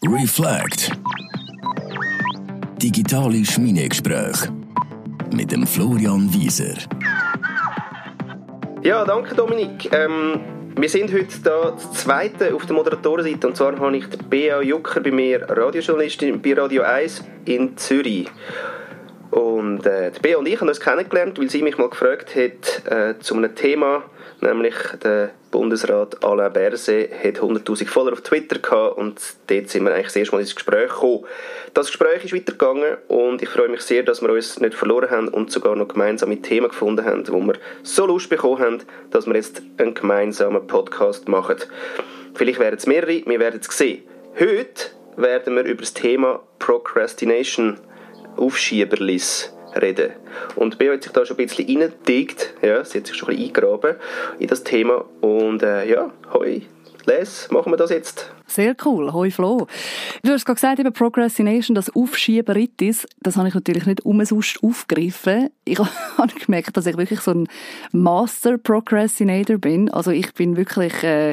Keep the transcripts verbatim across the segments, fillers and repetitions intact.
Reflect. Digitale Schmiedegespräche mit dem Florian Wieser. Ja, danke Dominik. Ähm, wir sind heute da das Zweite auf der Moderatorenseite, und zwar habe ich die Bea Jucker bei mir, Radiojournalistin bei Radio eins in Zürich. Und äh, die Bea und ich haben uns kennengelernt, weil sie mich mal gefragt hat äh, zu einem Thema, nämlich der Bundesrat Alain Berset hat hunderttausend Follower auf Twitter gehabt, und dort sind wir eigentlich das erste Mal ins Gespräch gekommen. Das Gespräch ist weitergegangen und ich freue mich sehr, dass wir uns nicht verloren haben und sogar noch gemeinsame Themen gefunden haben, wo wir so Lust bekommen haben, dass wir jetzt einen gemeinsamen Podcast machen. Vielleicht werden es mehrere, wir werden es sehen. Heute werden wir über das Thema Procrastination, Aufschieberlis, reden. Und Bea hat sich da schon ein bisschen reingedickt, ja, sie hat sich schon ein bisschen eingegraben in das Thema. Und äh, ja, hoi, Les, machen wir das jetzt. Sehr cool, hoi Flo. Du hast gerade gesagt, eben Procrastination, das Aufschieberitis, das habe ich natürlich nicht umsonst aufgegriffen. Ich habe gemerkt, dass ich wirklich so ein Master-Procrastinator bin. Also ich bin wirklich äh,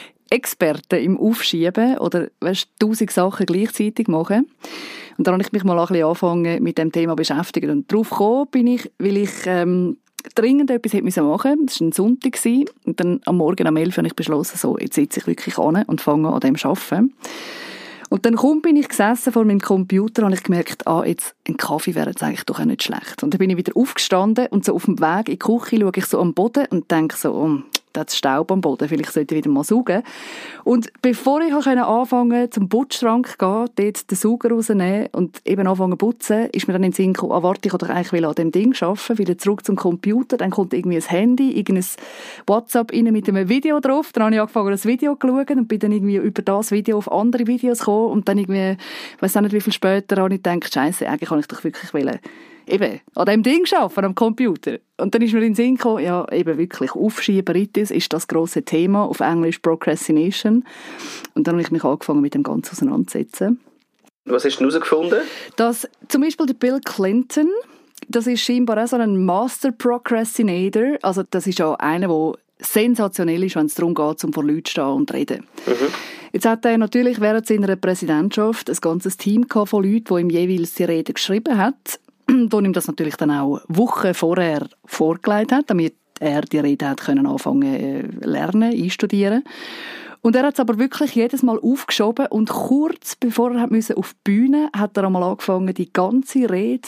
Experte im Aufschieben oder weißt, tausend Sachen gleichzeitig machen. Und dann habe ich mich mal ein bisschen angefangen mit dem Thema beschäftigen. Und darauf gekommen bin ich, weil ich ähm, dringend etwas hätte machen müssen. Das war ein Sonntag. Und dann am Morgen um elf Uhr habe ich beschlossen, so, jetzt sitze ich wirklich an und fange an, an dem zu arbeiten. Und dann kaum bin ich gesessen vor meinem Computer und habe ich gemerkt, ah, jetzt ein Kaffee wäre jetzt eigentlich doch auch nicht schlecht. Und dann bin ich wieder aufgestanden und so auf dem Weg in die Küche schaue ich so am Boden und denke so, oh, da hat Staub am Boden, vielleicht sollte ich wieder mal saugen. Und bevor ich anfangen konnte, zum Putzschrank zu gehen, dort den Sauger rausnehmen und eben anfangen zu putzen, ist mir dann in den Sinn gekommen, ah, warte, ich wollte doch eigentlich an dem Ding arbeiten, wieder zurück zum Computer, dann kommt irgendwie ein Handy, irgendein WhatsApp rein mit einem Video drauf, dann habe ich angefangen, das Video zu schauen und bin dann irgendwie über das Video auf andere Videos gekommen und dann irgendwie, ich weiss auch nicht, wie viel später habe ich gedacht, Scheisse, eigentlich kann ich doch wirklich wollen, eben, an diesem Ding arbeiten, am Computer. Und dann ist mir in den Sinn gekommen, ja, eben wirklich, Aufschieberitis ist das grosse Thema, auf Englisch Procrastination. Und dann habe ich mich angefangen, mit dem Ganzen auseinanderzusetzen. Was hast du herausgefunden? Dass zum Beispiel der Bill Clinton, das ist scheinbar auch so ein Master Procrastinator, also das ist auch einer, der sensationell ist, wenn es darum geht, um vor Leuten zu stehen und reden. Mhm. Jetzt hat er natürlich während seiner Präsidentschaft ein ganzes Team von Leuten, die ihm jeweils die Rede geschrieben hat, wo ihm das natürlich dann auch Wochen vorher vorgelegt hat, damit er die Rede hat können anfangen lernen, einstudieren. Und er hat es aber wirklich jedes Mal aufgeschoben und kurz bevor er musste auf die Bühne, hat er einmal angefangen, die ganze Rede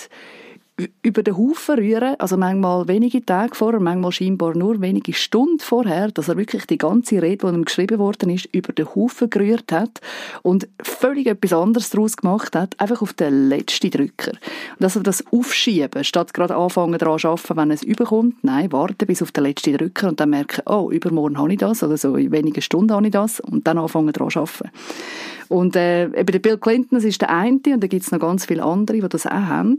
über den Haufen rühren, also manchmal wenige Tage vorher, manchmal scheinbar nur wenige Stunden vorher, dass er wirklich die ganze Rede, die ihm geschrieben worden ist, über den Haufen gerührt hat und völlig etwas anderes daraus gemacht hat, einfach auf den letzten Drücker. Und also das Aufschieben, statt gerade anfangen daran zu arbeiten, wenn es überkommt, nein, warten bis auf den letzten Drücker und dann merken, oh, übermorgen habe ich das, oder so in wenigen Stunden habe ich das und dann anfangen daran zu arbeiten. Und äh, eben der Bill Clinton, das ist der eine, und da gibt es noch ganz viele andere, die das auch haben.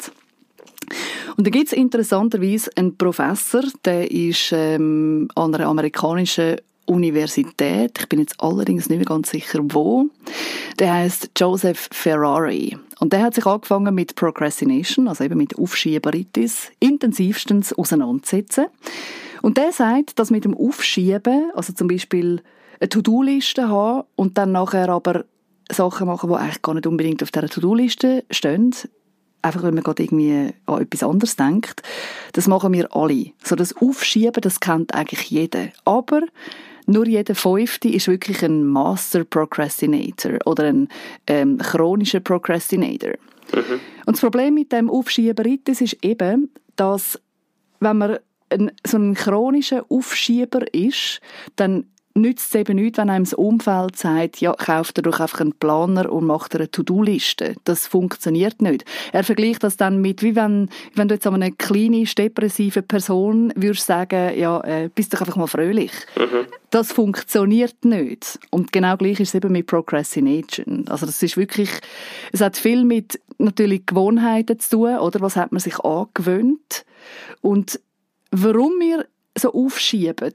Und da gibt es interessanterweise einen Professor, der ist ähm, an einer amerikanischen Universität, ich bin jetzt allerdings nicht mehr ganz sicher wo, der heißt Joseph Ferrari. Und der hat sich angefangen mit Procrastination, also eben mit Aufschieberitis, intensivstens auseinanderzusetzen. Und der sagt, dass mit dem Aufschieben, also zum Beispiel eine To-Do-Liste haben und dann nachher aber Sachen machen, die eigentlich gar nicht unbedingt auf dieser To-Do-Liste stehen, einfach weil man gerade irgendwie an etwas anderes denkt. Das machen wir alle. So das Aufschieben, das kennt eigentlich jeder. Aber nur jeder Fünfte ist wirklich ein Master Procrastinator oder ein ähm, chronischer Procrastinator. Mhm. Und das Problem mit dem Aufschieberitis ist eben, dass wenn man ein, so ein chronischer Aufschieber ist, dann nützt es eben nichts, wenn einem das Umfeld sagt, ja, kauft er doch einfach einen Planer und macht eine To-Do-Liste. Das funktioniert nicht. Er vergleicht das dann mit, wie wenn, wenn du jetzt an eine kleine, depressive Person würdest sagen, ja, äh, bist doch einfach mal fröhlich. Mhm. Das funktioniert nicht. Und genau gleich ist es eben mit Procrastination. Also das ist wirklich, es hat viel mit natürlich Gewohnheiten zu tun, oder? Was hat man sich angewöhnt? Und warum wir so aufschieben?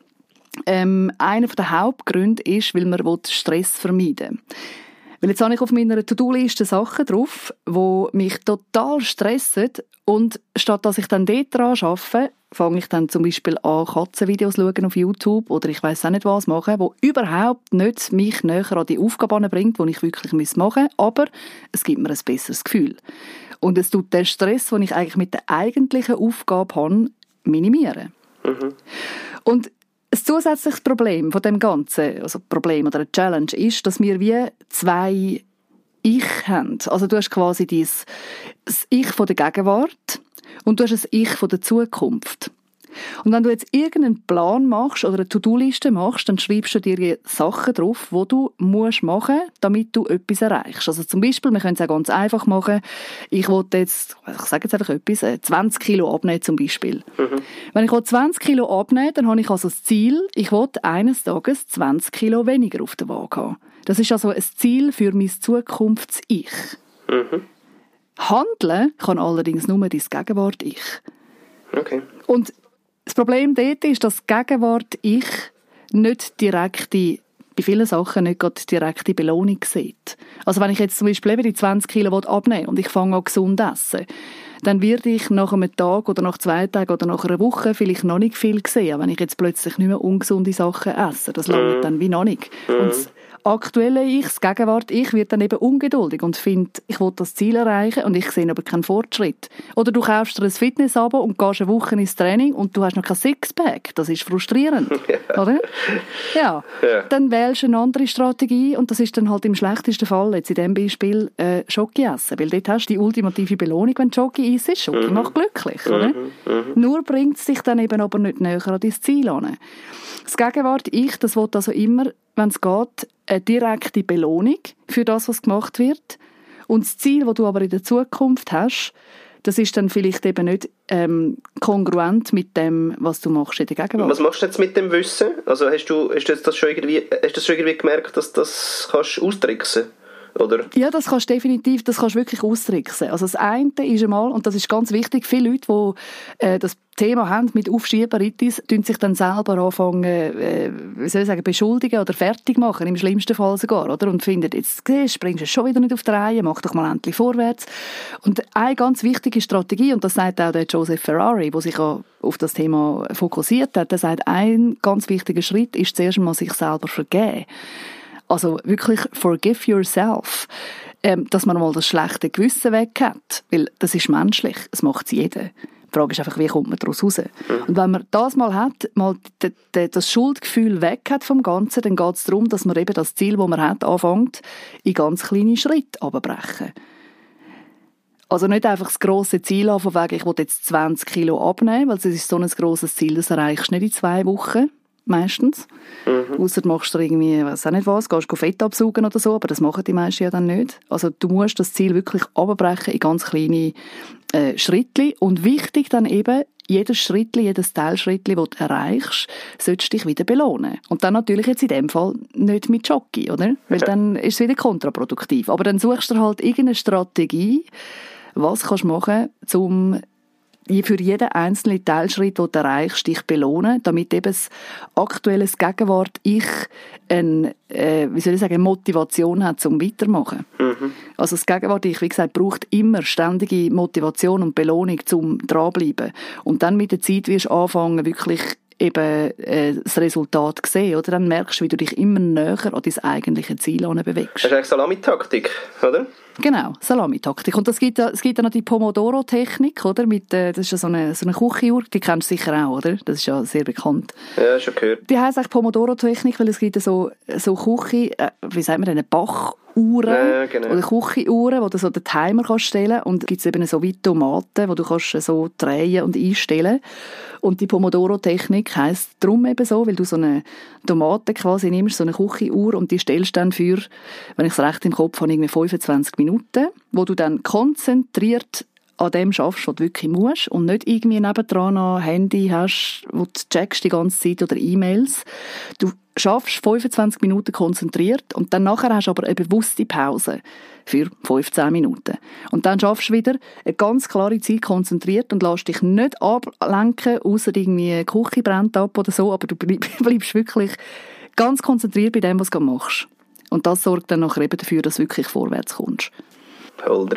Ähm, einer der Hauptgründe ist, weil man Stress vermeiden will. Weil jetzt habe ich auf meiner To-Do-Liste Sachen drauf, die mich total stressen Und statt dass ich dann dort dran arbeite, fange ich dann zum Beispiel an, Katzenvideos zu schauen auf YouTube oder ich weiss auch nicht was machen, wo überhaupt nicht mich näher an die Aufgabe bringt, die ich wirklich machen muss, aber es gibt mir ein besseres Gefühl. Und es tut den Stress, den ich eigentlich mit der eigentlichen Aufgabe habe, minimieren. Mhm. Und ein zusätzliches Problem von dem Ganzen, also Problem oder eine Challenge, ist, dass wir wie zwei Ich haben. Also du hast quasi dieses, das Ich von der Gegenwart und du hast das Ich von der Zukunft. Und wenn du jetzt irgendeinen Plan machst oder eine To-Do-Liste machst, dann schreibst du dir Sachen drauf, die du musst machen musst, damit du etwas erreichst. Also zum Beispiel, wir können es auch ganz einfach machen. Ich will jetzt, ich sage jetzt einfach etwas, zwanzig Kilo abnehmen zum Beispiel. Mhm. Wenn ich zwanzig Kilo abnehmen, dann habe ich also das Ziel, ich will eines Tages zwanzig Kilo weniger auf der Waage haben. Das ist also ein Ziel für mein Zukunfts-Ich. Mhm. Handeln kann allerdings nur dein Gegenwart-Ich. Okay. Und das Problem dort ist, dass Gegenwart-Ich nicht direkte, bei vielen Sachen nicht gerade direkte Belohnung sieht. Also wenn ich jetzt zum Beispiel eben die zwanzig Kilo abnehmen will und ich fange an gesund zu essen, dann werde ich nach einem Tag oder nach zwei Tagen oder nach einer Woche vielleicht noch nicht viel sehen, wenn ich jetzt plötzlich nicht mehr ungesunde Sachen esse. Das langt mm. dann wie noch nicht. Mm. Und das aktuelle Ich, das Gegenwart-Ich, wird dann eben ungeduldig und findet, ich will das Ziel erreichen und ich sehe aber keinen Fortschritt. Oder du kaufst dir ein Fitness-Abo und gehst eine Woche ins Training und du hast noch kein Sixpack. Das ist frustrierend, ja. Oder? Ja. ja. Dann wählst du eine andere Strategie und das ist dann halt im schlechtesten Fall, jetzt in diesem Beispiel, äh, Schoki essen. Weil dort hast du die ultimative Belohnung, wenn Schoki isst. Schoki mhm. macht glücklich, oder? Mhm. Mhm. Nur bringt es dich dann eben aber nicht näher an dein Ziel an. Das Gegenwart-Ich, das will also immer, wenn es geht, eine direkte Belohnung für das, was gemacht wird. Und das Ziel, das du aber in der Zukunft hast, das ist dann vielleicht eben nicht ähm, kongruent mit dem, was du machst in der Gegenwart. Was machst du jetzt mit dem Wissen? Also hast du, hast du das schon irgendwie, hast du das schon irgendwie gemerkt, dass das kannst austricksen? Oder? Ja, das kannst du definitiv, das kannst du wirklich austricksen. Also das eine ist einmal, und das ist ganz wichtig, viele Leute, die äh, das Thema haben mit Aufschieberitis, tun sich dann selber anfangen, äh, wie soll ich sagen, beschuldigen oder fertig machen, im schlimmsten Fall sogar, oder? Und finden, jetzt siehst, springst du schon wieder nicht auf die Reihe, mach doch mal endlich vorwärts. Und eine ganz wichtige Strategie, und das sagt auch der Joseph Ferrari, der sich auch auf das Thema fokussiert hat, der sagt, ein ganz wichtiger Schritt ist zuerst einmal sich selber vergeben. Also wirklich forgive yourself, ähm, dass man mal das schlechte Gewissen weg hat, weil das ist menschlich, es macht es jeder. Die Frage ist einfach, wie kommt man daraus raus? Und wenn man das mal hat, mal d- d- das Schuldgefühl weg hat vom Ganzen, dann geht es darum, dass man eben das Ziel, das man hat, anfängt, in ganz kleine Schritte abbrechen. Also nicht einfach das grosse Ziel an, von wegen, ich will jetzt zwanzig Kilo abnehmen, weil das ist so ein grosses Ziel, das erreichst du nicht in zwei Wochen. Meistens. Mhm. Ausser du machst du irgendwie, weiss auch nicht was, gehst du Fett absaugen oder so, aber das machen die meisten ja dann nicht. Also du musst das Ziel wirklich abbrechen in ganz kleine äh, Schritte. Und wichtig dann eben, jedes Schritt, jedes Teilschritt, das du erreichst, solltest du dich wieder belohnen. Und dann natürlich jetzt in dem Fall nicht mit Schoki, oder? Weil ja. Dann ist es wieder kontraproduktiv. Aber dann suchst du halt irgendeine Strategie, was kannst du machen, um für jeden einzelnen Teilschritt, den du erreichst, dich belohnen, damit eben das aktuelle Gegenwart-Ich eine, äh, wie soll ich sagen, eine Motivation hat, um weiterzumachen. Mhm. Also das Gegenwart-Ich, wie gesagt, braucht immer ständige Motivation und Belohnung, um dranbleiben. Und dann mit der Zeit wirst du anfangen, wirklich eben äh, das Resultat zu sehen, oder? Dann merkst du, wie du dich immer näher an dein eigentliche Ziel bewegst. Das ist eigentlich Salamitaktik, oder? Genau, Salamitaktik. Und das gibt, es gibt ja noch die Pomodoro-Technik, oder? Mit, äh, das ist ja so eine, so eine Küchenuhr, die kennst du sicher auch, oder? Das ist ja sehr bekannt. Ja, schon gehört. Die heisst eigentlich Pomodoro-Technik, weil es gibt ja so, so Küche, äh, wie sagt man denn, Bach- Uhren ja, genau. oder Küchenuhren, wo du so den Timer kannst stellen, und gibt es eben so wie Tomaten, wo du kannst so drehen und einstellen. Und die Pomodoro-Technik heisst darum eben so, weil du so eine Tomate quasi nimmst, so eine Küchenuhr, und die stellst dann für, wenn ich es recht im Kopf habe, irgendwie fünfundzwanzig Minuten, wo du dann konzentriert an dem schaffst, was du wirklich musst, und nicht irgendwie nebendran ein Handy hast, wo du checkst die ganze Zeit, oder E-Mails. Du schaffst fünfundzwanzig Minuten konzentriert, und dann nachher hast du aber eine bewusste Pause für fünfzehn Minuten. Und dann schaffst du wieder eine ganz klare Zeit konzentriert und lässt dich nicht ablenken, außer irgendwie die Küche brennt ab oder so, aber du bleibst wirklich ganz konzentriert bei dem, was du machst. Und das sorgt dann nachher eben dafür, dass du wirklich vorwärts kommst. Voll drin.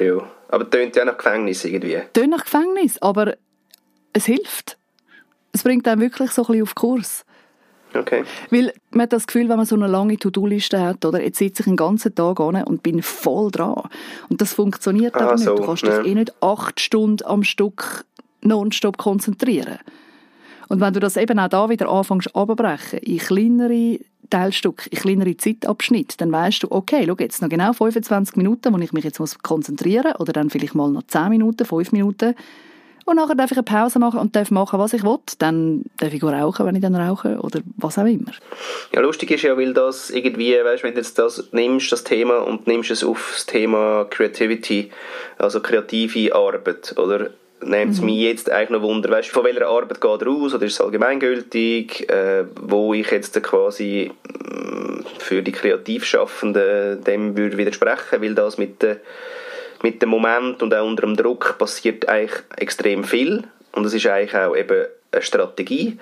Aber tönt ja nach Gefängnis irgendwie. Tönt nach Gefängnis, aber es hilft. Es bringt einem wirklich so ein bisschen auf Kurs. Okay. Weil man hat das Gefühl, wenn man so eine lange To-Do-Liste hat, oder, jetzt sitze ich den ganzen Tag an und bin voll dran. Und das funktioniert ah, aber nicht. So, du kannst ja. dich eh nicht acht Stunden am Stück nonstop konzentrieren. Und wenn du das eben auch da wieder anfängst abzubrechen, in kleinere Teilstücke, in kleinere Zeitabschnitte, dann weisst du, okay, schau, jetzt noch genau fünfundzwanzig Minuten, wo ich mich jetzt konzentrieren muss, oder dann vielleicht mal noch zehn Minuten, fünf Minuten. Und nachher darf ich eine Pause machen und darf machen, was ich will. Dann darf ich rauchen, wenn ich dann rauche, oder was auch immer. Ja, lustig ist ja, weil das irgendwie, weißt, wenn du jetzt das nimmst, das Thema, und nimmst es auf das Thema Creativity, also kreative Arbeit, oder nimmt es mhm. mich jetzt eigentlich noch Wunder, weißt, von welcher Arbeit geht er aus, oder ist es allgemeingültig, äh, wo ich jetzt quasi mh, für die Kreativschaffenden dem würde widersprechen, weil das mit der mit dem Moment und auch unter dem Druck passiert eigentlich extrem viel. Und es ist eigentlich auch eben eine Strategie.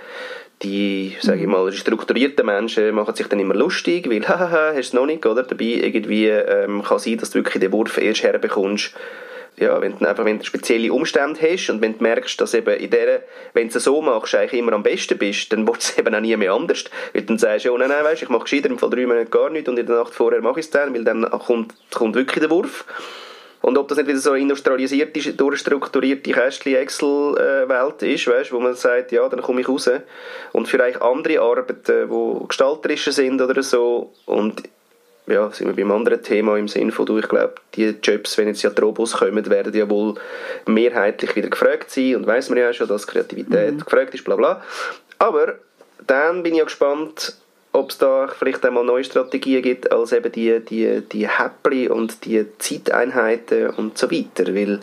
Die, sage ich mal, strukturierten Menschen machen sich dann immer lustig, weil, hahaha, hast du es noch nicht, oder? Dabei irgendwie ähm, kann sein, dass du wirklich den Wurf erst herbekommst, ja, wenn du einfach wenn du spezielle Umstände hast und wenn du merkst, dass eben in der, wenn du es so machst, eigentlich immer am besten bist, dann willst du es eben auch nie mehr anders. Weil dann sagst du, oh nein, nein, weißt, ich mache gescheiter im Fall drei Monate gar nichts und in der Nacht vorher mache ich es dann, weil dann kommt, kommt wirklich der Wurf. Und ob das nicht wieder so eine industrialisierte, durchstrukturierte Kästchen-Excel-Welt ist, weißt, wo man sagt, ja, dann komme ich raus. Und vielleicht andere Arbeiten, die gestalterischer sind oder so. Und ja, sind wir beim anderen Thema im Sinne von, du, ich glaube, die Jobs, wenn jetzt ja die Robots kommen, werden ja wohl mehrheitlich wieder gefragt sein. Und weiss man ja schon, dass Kreativität mhm. gefragt ist, bla bla. Aber dann bin ich ja gespannt, ob es da vielleicht einmal neue Strategien gibt, als eben die, die, die Häppchen und die Zeiteinheiten und so weiter. Weil,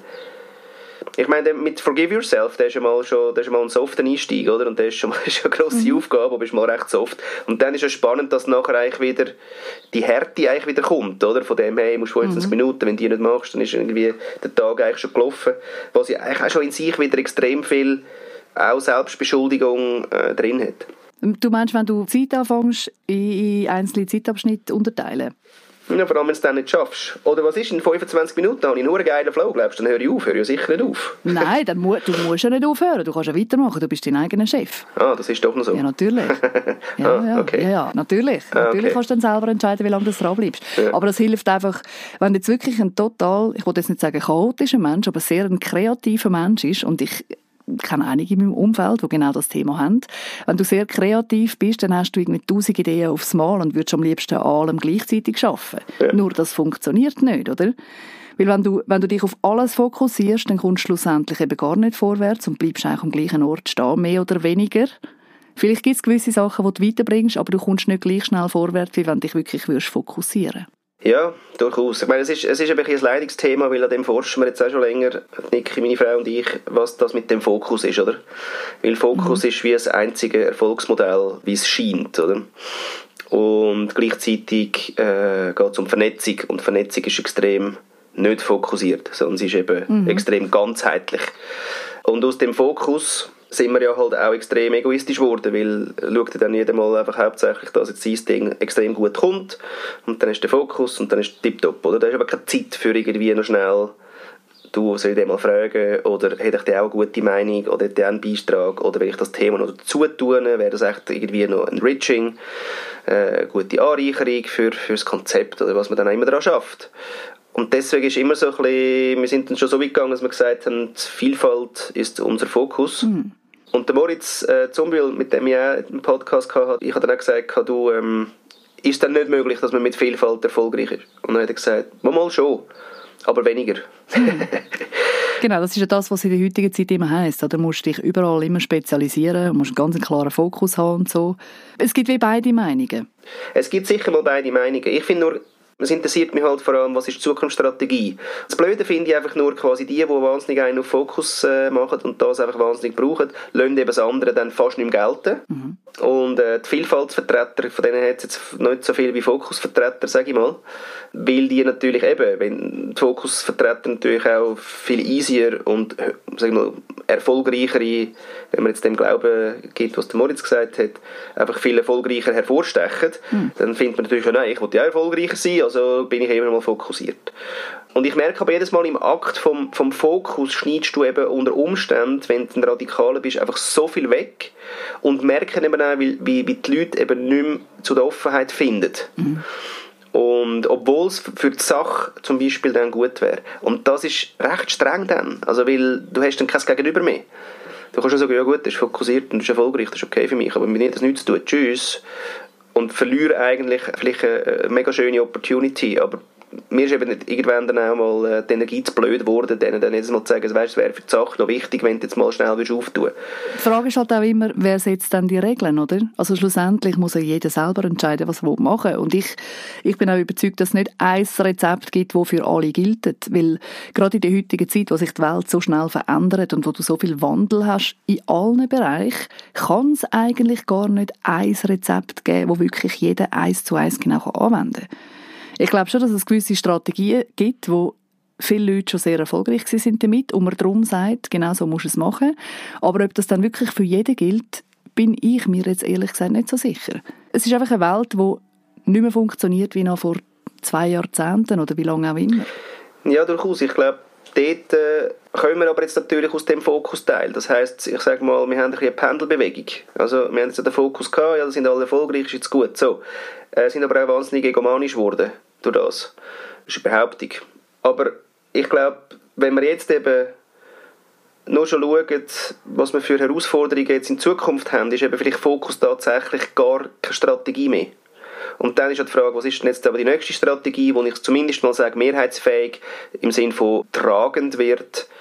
ich meine, mit Forgive Yourself, der ist ja mal, schon, der ist mal ein softer Einstieg, oder? Und das ist schon mal ist eine grosse mhm. Aufgabe, aber ist mal recht soft. Und dann ist es spannend, dass nachher eigentlich wieder die Härte eigentlich wieder kommt, oder? Von dem, hey, du musst fünfzwanzig mhm. Minuten, wenn du die nicht machst, dann ist irgendwie der Tag eigentlich schon gelaufen. Was ja eigentlich auch schon in sich wieder extrem viel auch Selbstbeschuldigung äh, drin hat. Du meinst, wenn du Zeit anfängst, in einzelne Zeitabschnitte unterteilen? Ja, vor allem, wenn du es dann nicht schaffst. Oder was ist in fünfundzwanzig Minuten? Habe ich nur einen geilen Flow, glaubst du? Dann höre ich auf. Höre ich ja sicher nicht auf. Nein, dann mu- du musst ja nicht aufhören. Du kannst ja weitermachen. Du bist dein eigener Chef. Ah, das ist doch noch so. Ja, natürlich. Ja, ah, ja, okay. ja, ja, natürlich. Ah, natürlich okay. kannst du dann selber entscheiden, wie lange du dran bleibst. Ja. Aber das hilft einfach, wenn du jetzt wirklich ein total, ich will jetzt nicht sagen chaotischer Mensch, aber sehr ein kreativer Mensch ist, und ich Ich kenne einige in meinem Umfeld, die genau das Thema haben. Wenn du sehr kreativ bist, dann hast du irgendwie tausend Ideen aufs Mal und würdest am liebsten an allem gleichzeitig arbeiten. Ja. Nur das funktioniert nicht, oder? Weil wenn du, wenn du dich auf alles fokussierst, dann kommst du schlussendlich eben gar nicht vorwärts und bleibst eigentlich am gleichen Ort stehen, mehr oder weniger. Vielleicht gibt es gewisse Sachen, die du weiterbringst, aber du kommst nicht gleich schnell vorwärts, wie wenn du dich wirklich fokussieren würdest. Ja, durchaus. Ich meine, es ist, es ist ein bisschen ein Leidungsthema, weil an dem forschen wir jetzt auch schon länger, Niki, meine Frau und ich, was das mit dem Fokus ist, oder? Weil Fokus mhm. ist wie das einzige Erfolgsmodell, wie es scheint, oder? Und gleichzeitig äh, geht es um Vernetzung, und Vernetzung ist extrem nicht fokussiert, sondern sie ist eben mhm. extrem ganzheitlich. Und aus dem Fokus sind wir ja halt auch extrem egoistisch geworden, weil schaut dann jeder mal einfach hauptsächlich, dass jetzt sein Ding extrem gut kommt, und dann ist der Fokus und dann ist tipptopp, oder? Da ist aber keine Zeit für irgendwie noch schnell, du, soll ich den mal fragen, oder hätte ich dir auch eine gute Meinung, oder hätte ich auch einen Beitrag, oder will ich das Thema noch dazu tun, wäre das echt irgendwie noch enriching, äh, gute Anreicherung für, für das Konzept, oder was man dann auch immer daran schafft. Und deswegen ist immer so ein bisschen, wir sind dann schon so weit gegangen, dass wir gesagt haben, Vielfalt ist unser Fokus. Mhm. Und der Moritz äh, Zumbühl, mit dem ich auch einen Podcast hatte, ich habe dann auch gesagt, du, ähm, ist es dann nicht möglich, dass man mit Vielfalt erfolgreich ist? Und dann hat er gesagt, mal schon, aber weniger. Mhm. Genau, das ist ja das, was in der heutigen Zeit immer heisst. Du musst dich überall immer spezialisieren, du musst einen ganz klaren Fokus haben und so. Es gibt wie beide Meinungen. Es gibt sicher mal beide Meinungen. Ich finde nur, es interessiert mich halt vor allem, was ist die Zukunftsstrategie. Das Blöde finde ich einfach nur, quasi die, die wahnsinnig einen auf Fokus äh, machen und das einfach wahnsinnig brauchen, lassen eben das andere dann fast nicht mehr gelten. Mhm. Und äh, die Vielfaltsvertreter, von denen hat es jetzt nicht so viel wie Fokusvertreter, sage ich mal. Weil die natürlich eben, wenn die Fokusvertreter natürlich auch viel easier und, sag ich mal, erfolgreichere, wenn man jetzt dem Glauben gibt, was der Moritz gesagt hat, einfach viel erfolgreicher hervorstechen, mhm. dann findet man natürlich, ja, nein, ich will ja erfolgreicher sein, Also bin ich immer mal fokussiert. Und ich merke aber jedes Mal im Akt vom, vom Fokus schneidest du eben unter Umständen, wenn du ein Radikaler bist, einfach so viel weg und merken eben auch, wie, wie, wie die Leute eben nicht mehr zu der Offenheit finden. Mhm. Und obwohl es für die Sache zum Beispiel dann gut wäre. Und das ist recht streng dann. Also weil du hast dann kein Gegenüber mehr. Du kannst ja sagen, ja gut, das ist fokussiert und das ist erfolgreich, das ist okay für mich. Aber wenn mir das nichts tut, tschüss. Und verliere eigentlich vielleicht eine mega schöne Opportunity. Aber mir ist eben nicht irgendwann dann auch mal die Energie zu blöd geworden, denen dann jetzt mal zu sagen, weißt, es wäre für die Sache noch wichtig, wenn du jetzt mal schnell auftun willst. Die Frage ist halt auch immer, wer setzt dann die Regeln, oder? Also schlussendlich muss ja jeder selber entscheiden, was er machen will. Und ich, ich bin auch überzeugt, dass es nicht ein Rezept gibt, das für alle gilt. Weil gerade in der heutigen Zeit, wo sich die Welt so schnell verändert und wo du so viel Wandel hast, in allen Bereichen, kann es eigentlich gar nicht ein Rezept geben, das wirklich jeder eins zu eins genau anwenden kann. Ich glaube schon, dass es gewisse Strategien gibt, wo viele Leute schon sehr erfolgreich sind damit und man darum sagt, genau so musst du es machen. Aber ob das dann wirklich für jeden gilt, bin ich mir jetzt ehrlich gesagt nicht so sicher. Es ist einfach eine Welt, die nicht mehr funktioniert wie noch vor zwei Jahrzehnten oder wie lange auch immer. Ja, durchaus. Ich glaube, dort äh, kommen wir aber jetzt natürlich aus dem Fokusteil. Das heisst, ich sage mal, wir haben ein bisschen eine Pendelbewegung. Also wir haben jetzt den Fokus gehabt, ja, da sind alle erfolgreich, ist jetzt gut. So. Äh, sind aber auch wahnsinnig egomanisch geworden durch das. Das ist eine Behauptung. Aber ich glaube, wenn wir jetzt eben nur schon schauen, was wir für Herausforderungen jetzt in Zukunft haben, ist eben vielleicht Fokus tatsächlich gar keine Strategie mehr. Und dann ist ja die Frage, was ist denn jetzt aber die nächste Strategie, wo ich zumindest mal sage, mehrheitsfähig im Sinne von tragend wird,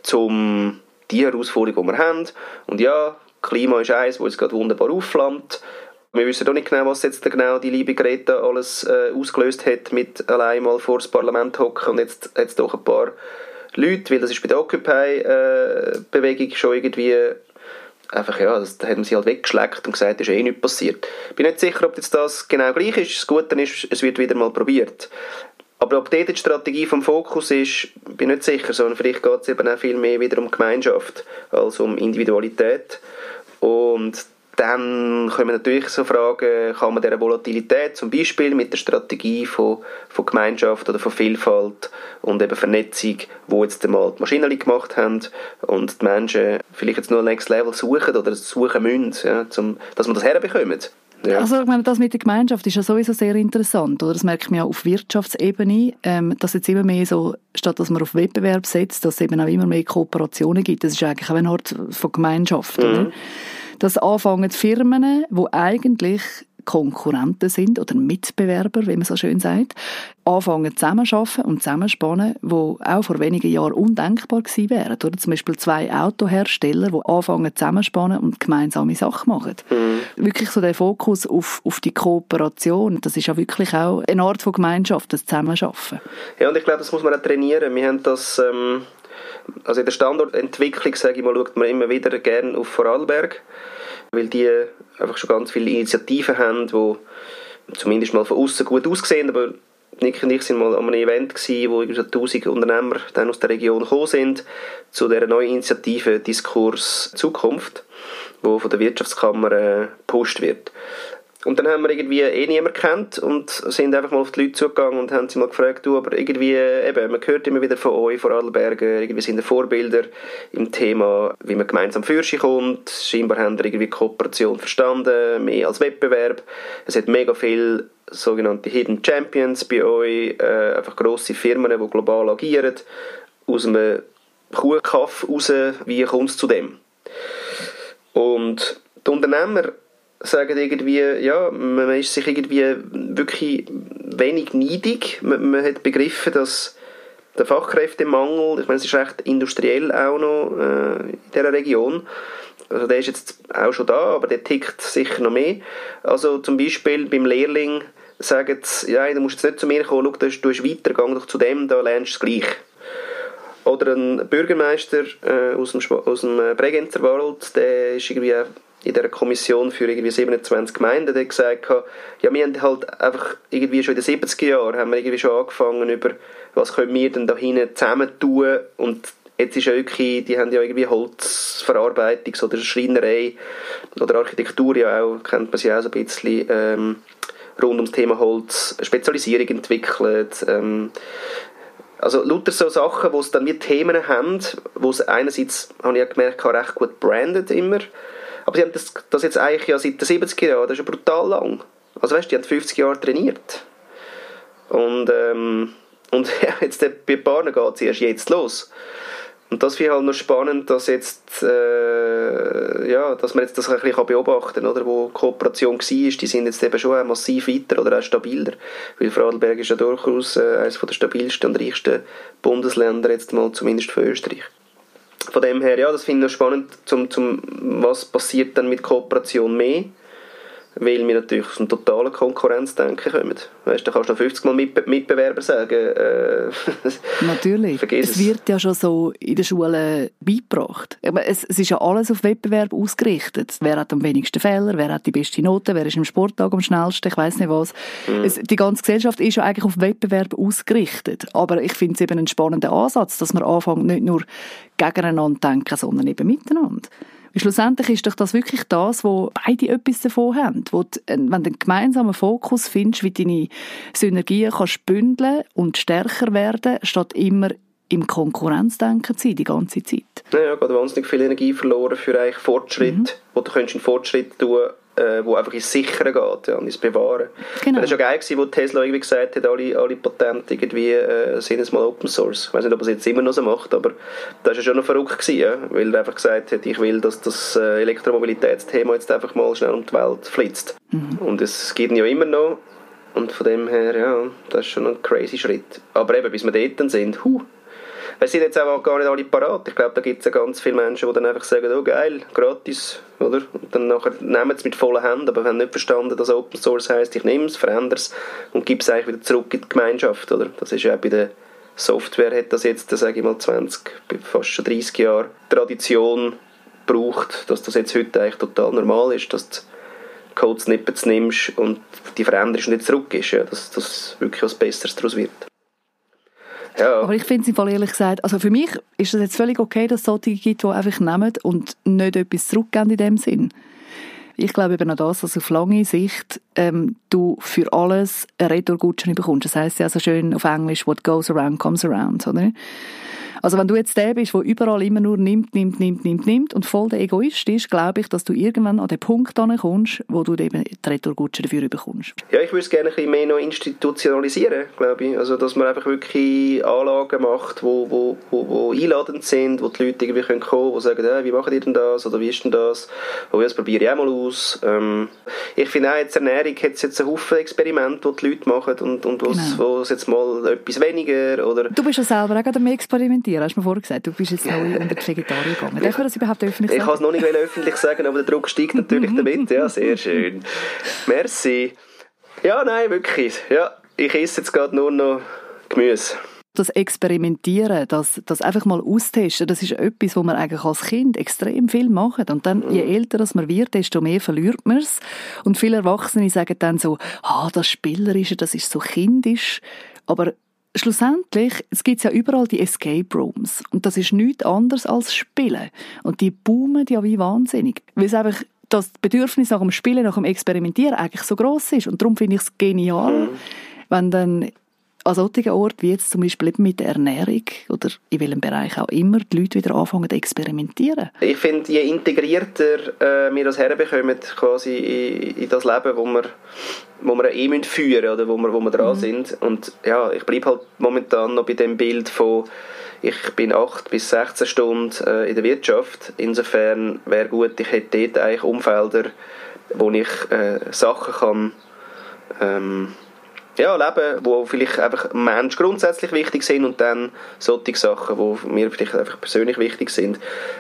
um die Herausforderung, die wir haben. Und ja, Klima ist eins, das jetzt gerade wunderbar aufflammt. Wir wissen doch nicht genau, was jetzt genau die liebe Greta alles äh, ausgelöst hat, mit allein mal vor das Parlament hocken und jetzt hat es doch ein paar Leute, weil das ist bei der Occupy-Bewegung äh, schon irgendwie einfach, ja, das, da hat man sie halt weggeschleckt und gesagt, es ist eh nichts passiert. Ich bin nicht sicher, ob jetzt das genau gleich ist. Das Gute ist, es wird wieder mal probiert. Aber ob dort die Strategie vom Fokus ist, bin ich nicht sicher, sondern vielleicht geht es eben auch viel mehr wieder um Gemeinschaft als um Individualität. Und dann können wir natürlich so fragen, kann man dieser Volatilität zum Beispiel mit der Strategie von, von Gemeinschaft oder von Vielfalt und eben Vernetzung, wo jetzt einmal die Maschinen gemacht haben und die Menschen vielleicht jetzt nur ein Next Level suchen oder suchen müssen, ja, zum, dass man das herbekommen. Ja. Also ich meine, das mit der Gemeinschaft ist ja sowieso sehr interessant, oder? Das merkt man ja auf Wirtschaftsebene, ähm, dass jetzt immer mehr so, statt dass man auf Wettbewerb setzt, dass es eben auch immer mehr Kooperationen gibt. Das ist eigentlich auch eine Art von Gemeinschaft, mhm. oder? Dass anfangen Firmen, die eigentlich Konkurrenten sind oder Mitbewerber, wie man so schön sagt, anfangen zusammenzuarbeiten und zusammenspannen, die auch vor wenigen Jahren undenkbar gewesen wären. Oder zum Beispiel zwei Autohersteller, die anfangen zusammenspannen und gemeinsame Sachen machen. Mhm. Wirklich so der Fokus auf, auf die Kooperation, das ist ja wirklich auch eine Art von Gemeinschaft, das Zusammenarbeiten. Ja, und ich glaube, das muss man auch trainieren. Wir haben das... Ähm Also in der Standortentwicklung, sage ich mal, schaut man immer wieder gerne auf Vorarlberg, weil die einfach schon ganz viele Initiativen haben, die zumindest mal von außen gut aussehen, aber Nick und ich sind mal an einem Event gewesen, wo irgendwie tausend Unternehmer dann aus der Region gekommen sind, zu dieser neuen Initiative Diskurs Zukunft, die von der Wirtschaftskammer äh, gepusht wird. Und dann haben wir irgendwie eh niemanden gekannt und sind einfach mal auf die Leute zugegangen und haben sie mal gefragt, du, aber irgendwie, eben, man hört immer wieder von euch, von Vorarlbergen, irgendwie sind Vorbilder im Thema, wie man gemeinsam für sich kommt. Scheinbar haben wir irgendwie Kooperation verstanden, mehr als Wettbewerb. Es hat mega viele sogenannte Hidden Champions bei euch, äh, einfach grosse Firmen, die global agieren. Aus einem Kuhkaff raus, wie kommt es zu dem? Und die Unternehmer sagen irgendwie, ja, man ist sich irgendwie wirklich wenig neidig. Man, man hat begriffen, dass der Fachkräftemangel, ich meine, es ist recht industriell auch noch äh, in dieser Region. Also der ist jetzt auch schon da, aber der tickt sicher noch mehr. Also zum Beispiel beim Lehrling sagen sie, ja, du musst jetzt nicht zu mir kommen, schau, du bist weiter, geh doch zu dem, da lernst du es gleich. Oder ein Bürgermeister äh, aus dem, aus dem Bregenzer Wald, der ist irgendwie in dieser Kommission für irgendwie siebenundzwanzig Gemeinden, der gesagt hat, ja, wir haben halt einfach irgendwie schon in den siebziger Jahren haben wir irgendwie schon angefangen über, was können wir denn da hinten zusammen tun, und jetzt ist ja wirklich, die haben ja irgendwie Holzverarbeitung oder Schreinerei oder Architektur ja auch, kennt man sie auch so ein bisschen, ähm, rund ums Thema Holz Spezialisierung entwickelt. Ähm, also lauter so Sachen, wo es dann wie Themen haben, wo es einerseits, habe ich ja gemerkt, recht gut branded immer, aber sie haben das, das jetzt eigentlich ja seit den siebziger Jahren, das ist ja brutal lang. Also weißt, die haben fünfzig Jahre trainiert. Und, ähm, und ja, jetzt bei Paaren geht es erst jetzt los. Und das finde ich halt noch spannend, dass, jetzt, äh, ja, dass man jetzt das ein bisschen beobachten kann, oder? Wo die Kooperation war, die sind jetzt eben schon massiv weiter oder auch stabiler. Weil Vorarlberg ist ja durchaus äh, eines der stabilsten und reichsten Bundesländer, jetzt mal zumindest für Österreich. Von dem her, ja, das finde ich noch spannend, zum, zum, was passiert dann mit Kooperation mehr. Weil wir natürlich aus einem totalen Konkurrenzdenken kommen. Weißt, da kannst du noch fünfzig Mal Mitbe- Mitbewerber sagen. Äh, Natürlich. Es, es wird ja schon so in den Schulen beigebracht. Es, es ist ja alles auf Wettbewerb ausgerichtet. Wer hat am wenigsten Fehler, wer hat die beste Note, wer ist im Sporttag am schnellsten, ich weiss nicht was. Mhm. Es, die ganze Gesellschaft ist ja eigentlich auf Wettbewerb ausgerichtet. Aber ich finde es eben einen spannenden Ansatz, dass man anfängt, nicht nur gegeneinander denken, sondern eben miteinander. Schlussendlich ist doch das wirklich das, wo beide etwas davon haben. Wo du, wenn du einen gemeinsamen Fokus findest, wie deine Synergien kannst bündeln und stärker werden, statt immer im Konkurrenzdenken zu sein, die ganze Zeit. Ja, ja, geht wahnsinnig viel Energie verloren für eigentlich Fortschritt, mhm. wo du könntest einen Fortschritt tun, äh, wo einfach ins Sichere geht, ja, und ins Bewahren. Genau. Das war ja geil, wo Tesla irgendwie gesagt hat, alle, alle Patente irgendwie, äh, sind jetzt mal Open Source. Ich weiß nicht, ob er es jetzt immer noch so macht, aber das war ja schon noch verrückt gewesen, ja, weil er einfach gesagt hat, ich will, dass das äh, Elektromobilitätsthema jetzt einfach mal schnell um die Welt flitzt. Mhm. Und es geht ja immer noch. Und von dem her, ja, das ist schon ein crazy Schritt. Aber eben, bis wir dort sind, huh. Wir sind jetzt auch gar nicht alle parat. Ich glaube, da gibt es ja ganz viele Menschen, die dann einfach sagen, oh geil, gratis, oder? Und dann nachher nehmen sie es mit vollen Händen, aber haben nicht verstanden, dass Open Source heisst, ich nehme es, verändere es und gebe es eigentlich wieder zurück in die Gemeinschaft, oder? Das ist ja auch bei der Software, hat das jetzt, sage ich mal, zwanzig, fast schon dreißig Jahre Tradition braucht, dass das jetzt heute eigentlich total normal ist, dass du Code-Snippets nimmst und die veränderst und nicht zurück ist, ja, dass das wirklich was Besseres daraus wird. Ja. Aber ich finde es im Fall ehrlich gesagt, also für mich ist es jetzt völlig okay, dass es solche gibt, die einfach nehmen und nicht etwas zurückgeben in dem Sinn. Ich glaube eben auch das, dass auf lange Sicht ähm, du für alles einen Retourgutschein bekommst. Das heisst ja so schön auf Englisch, what goes around comes around, oder? Also wenn du jetzt der bist, der überall immer nur nimmt, nimmt, nimmt, nimmt, nimmt und voll der Egoist ist, glaube ich, dass du irgendwann an den Punkt kommst, wo du eben die Retourgutschein dafür bekommst. Ja, ich würde es gerne ein bisschen mehr noch institutionalisieren, glaube ich. Also, dass man einfach wirklich Anlagen macht, wo, wo, wo, wo einladend sind, wo die Leute irgendwie kommen können, die sagen, hey, wie macht ihr denn das oder wie ist denn das? Oh, das probiere ich auch mal aus. Ähm, ich finde auch, jetzt Ernährung hat jetzt einen Haufen Experimente, die die Leute machen und, und wo genau. es jetzt mal etwas weniger oder... Du bist ja selber auch gerade am Experimentieren. Hast du mir vorher gesagt, du bist jetzt neu unter die Vegetarier gegangen. Darf man das überhaupt öffentlich sagen? Ich kann es noch nicht öffentlich sagen, aber der Druck steigt natürlich damit. Ja, sehr schön. Merci. Ja, nein, wirklich. Ja, ich esse jetzt gerade nur noch Gemüse. Das Experimentieren, das, das einfach mal austesten, das ist etwas, was man eigentlich als Kind extrem viel macht. Und dann, je älter das man wird, desto mehr verliert man es. Und viele Erwachsene sagen dann so, ah, das Spielerische, das ist so kindisch. Aber schlussendlich, es gibt ja überall die Escape Rooms. Und das ist nichts anderes als Spielen. Und die boomen ja wie wahnsinnig. Weil es einfach das Bedürfnis nach dem Spielen, nach dem Experimentieren eigentlich so gross ist. Und darum finde ich es genial, mhm. wenn dann an solchen Orten, wie jetzt zum Beispiel eben mit der Ernährung oder in welchem Bereich auch immer, die Leute wieder anfangen zu experimentieren. Ich finde, je integrierter äh, wir das herbekommen, quasi in, in das Leben, wo wir, wo wir eh führen müssen, oder wo wir, wo wir dran mhm. sind. Und ja, ich bleibe halt momentan noch bei dem Bild von, ich bin acht bis sechzehn Stunden äh, in der Wirtschaft. Insofern wäre gut, ich hätte dort eigentlich Umfelder, wo ich äh, Sachen kann ähm, ja, leben, wo vielleicht einfach Mensch grundsätzlich wichtig sind und dann solche Sachen, die mir vielleicht einfach persönlich wichtig sind.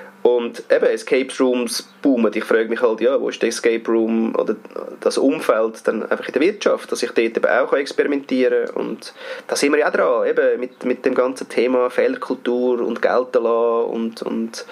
Und eben, Escape Rooms boomen. Ich frage mich halt, ja, wo ist der Escape Room oder das Umfeld dann einfach in der Wirtschaft, dass ich dort eben auch experimentieren kann. Und da sind wir ja auch dran, eben mit, mit dem ganzen Thema Fehlerkultur und gelten lassen und, und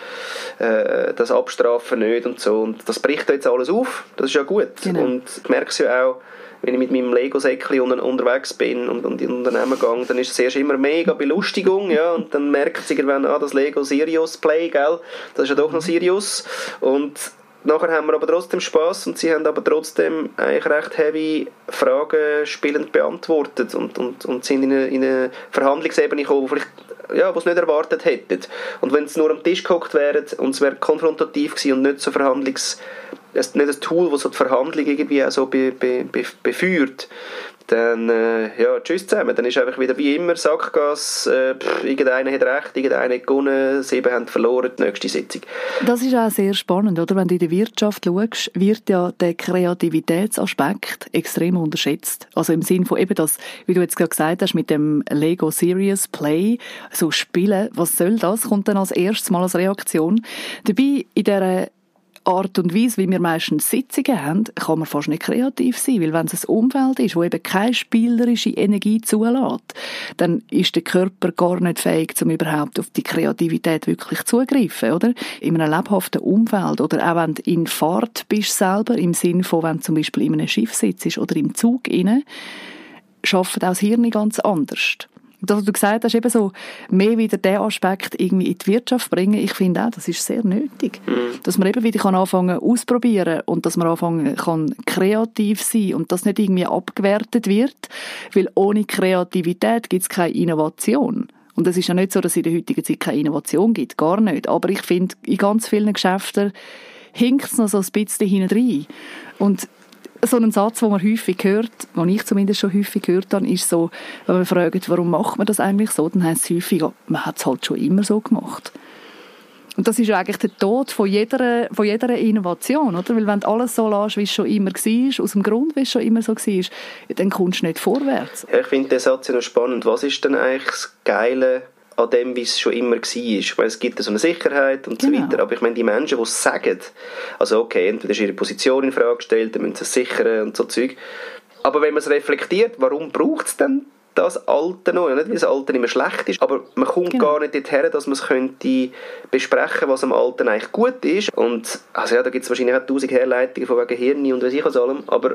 äh, das Abstrafen nicht und so. Und das bricht jetzt alles auf, das ist ja gut. Genau. Und ich merke es ja auch, wenn ich mit meinem Lego-Säckchen unterwegs bin und, und in Unternehmen gehe, dann ist es erst immer mega Belustigung, ja, und dann merkt sie irgendwann, ah, das Lego Sirius Play, gell, das ist ja doch noch Sirius, und nachher haben wir aber trotzdem Spass und sie haben aber trotzdem eigentlich recht heavy Fragen spielend beantwortet und, und, und sind in eine, in eine Verhandlungsebene gekommen, wo vielleicht ja, was nicht erwartet hätten. Und wenn sie nur am Tisch gehockt wären und es wäre konfrontativ gewesen und nicht so Verhandlungs... nicht ein Tool, das so die Verhandlung irgendwie auch so be, be, be, beführt, dann äh, ja, tschüss zusammen. Dann ist einfach wieder wie immer Sackgas, äh, pff, irgendeiner hat recht, irgendeiner hat gewonnen, sieben haben verloren, die nächste Sitzung. Das ist auch sehr spannend, oder? Wenn du in der Wirtschaft schaust, wird ja der Kreativitätsaspekt extrem unterschätzt. Also im Sinne von eben das, wie du jetzt gerade gesagt hast, mit dem Lego Serious Play, so Spielen, was soll das? Kommt dann als erstes Mal als Reaktion. Dabei in dieser Art und Weise, wie wir meistens Sitzungen haben, kann man fast nicht kreativ sein, weil wenn es ein Umfeld ist, wo eben keine spielerische Energie zulässt, dann ist der Körper gar nicht fähig, um überhaupt auf die Kreativität wirklich zuzugreifen, oder? In einem lebhaften Umfeld oder auch wenn du in Fahrt bist selber, im Sinne von, wenn du zum Beispiel in einem Schiff sitzt oder im Zug rein, arbeitet auch das Hirn ganz anders. Das, was du gesagt hast, eben so mehr wieder diesen Aspekt irgendwie in die Wirtschaft bringen, ich finde auch, das ist sehr nötig. Mhm. Dass man eben wieder kann anfangen ausprobieren und dass man anfangen kann kreativ sein und das nicht irgendwie abgewertet wird, weil ohne Kreativität gibt es keine Innovation. Und es ist ja nicht so, dass es in der heutigen Zeit keine Innovation gibt, gar nicht. Aber ich finde, in ganz vielen Geschäften hinkt es noch so ein bisschen hinein. Und so ein Satz, den man häufig hört, den ich zumindest schon häufig gehört habe, ist so, wenn man fragt, warum macht man das eigentlich so, dann heisst es häufig, ja, man hat es halt schon immer so gemacht. Und das ist ja eigentlich der Tod von jeder, von jeder Innovation, oder? Weil wenn du alles so lässt, wie es schon immer war, aus dem Grund, wie es schon immer so war, dann kommst du nicht vorwärts. Ja, ich finde den Satz ja noch spannend. Was ist denn eigentlich das Geile an dem, wie es schon immer war? Ich meine, es gibt so eine Sicherheit und genau. so weiter, aber ich meine, die Menschen, die es sagen, also okay, entweder ist ihre Position in Frage gestellt, dann müssen sie es sichern und so Zeug. Aber wenn man es reflektiert, warum braucht es denn das Alte noch? Ja, nicht, weil das Alte nicht mehr schlecht ist, aber man kommt genau. gar nicht dorthin, dass man es könnte besprechen, was am Alten eigentlich gut ist. Und also ja, da gibt es wahrscheinlich auch tausend Herleitungen von wegen Hirn und was ich aus allem, aber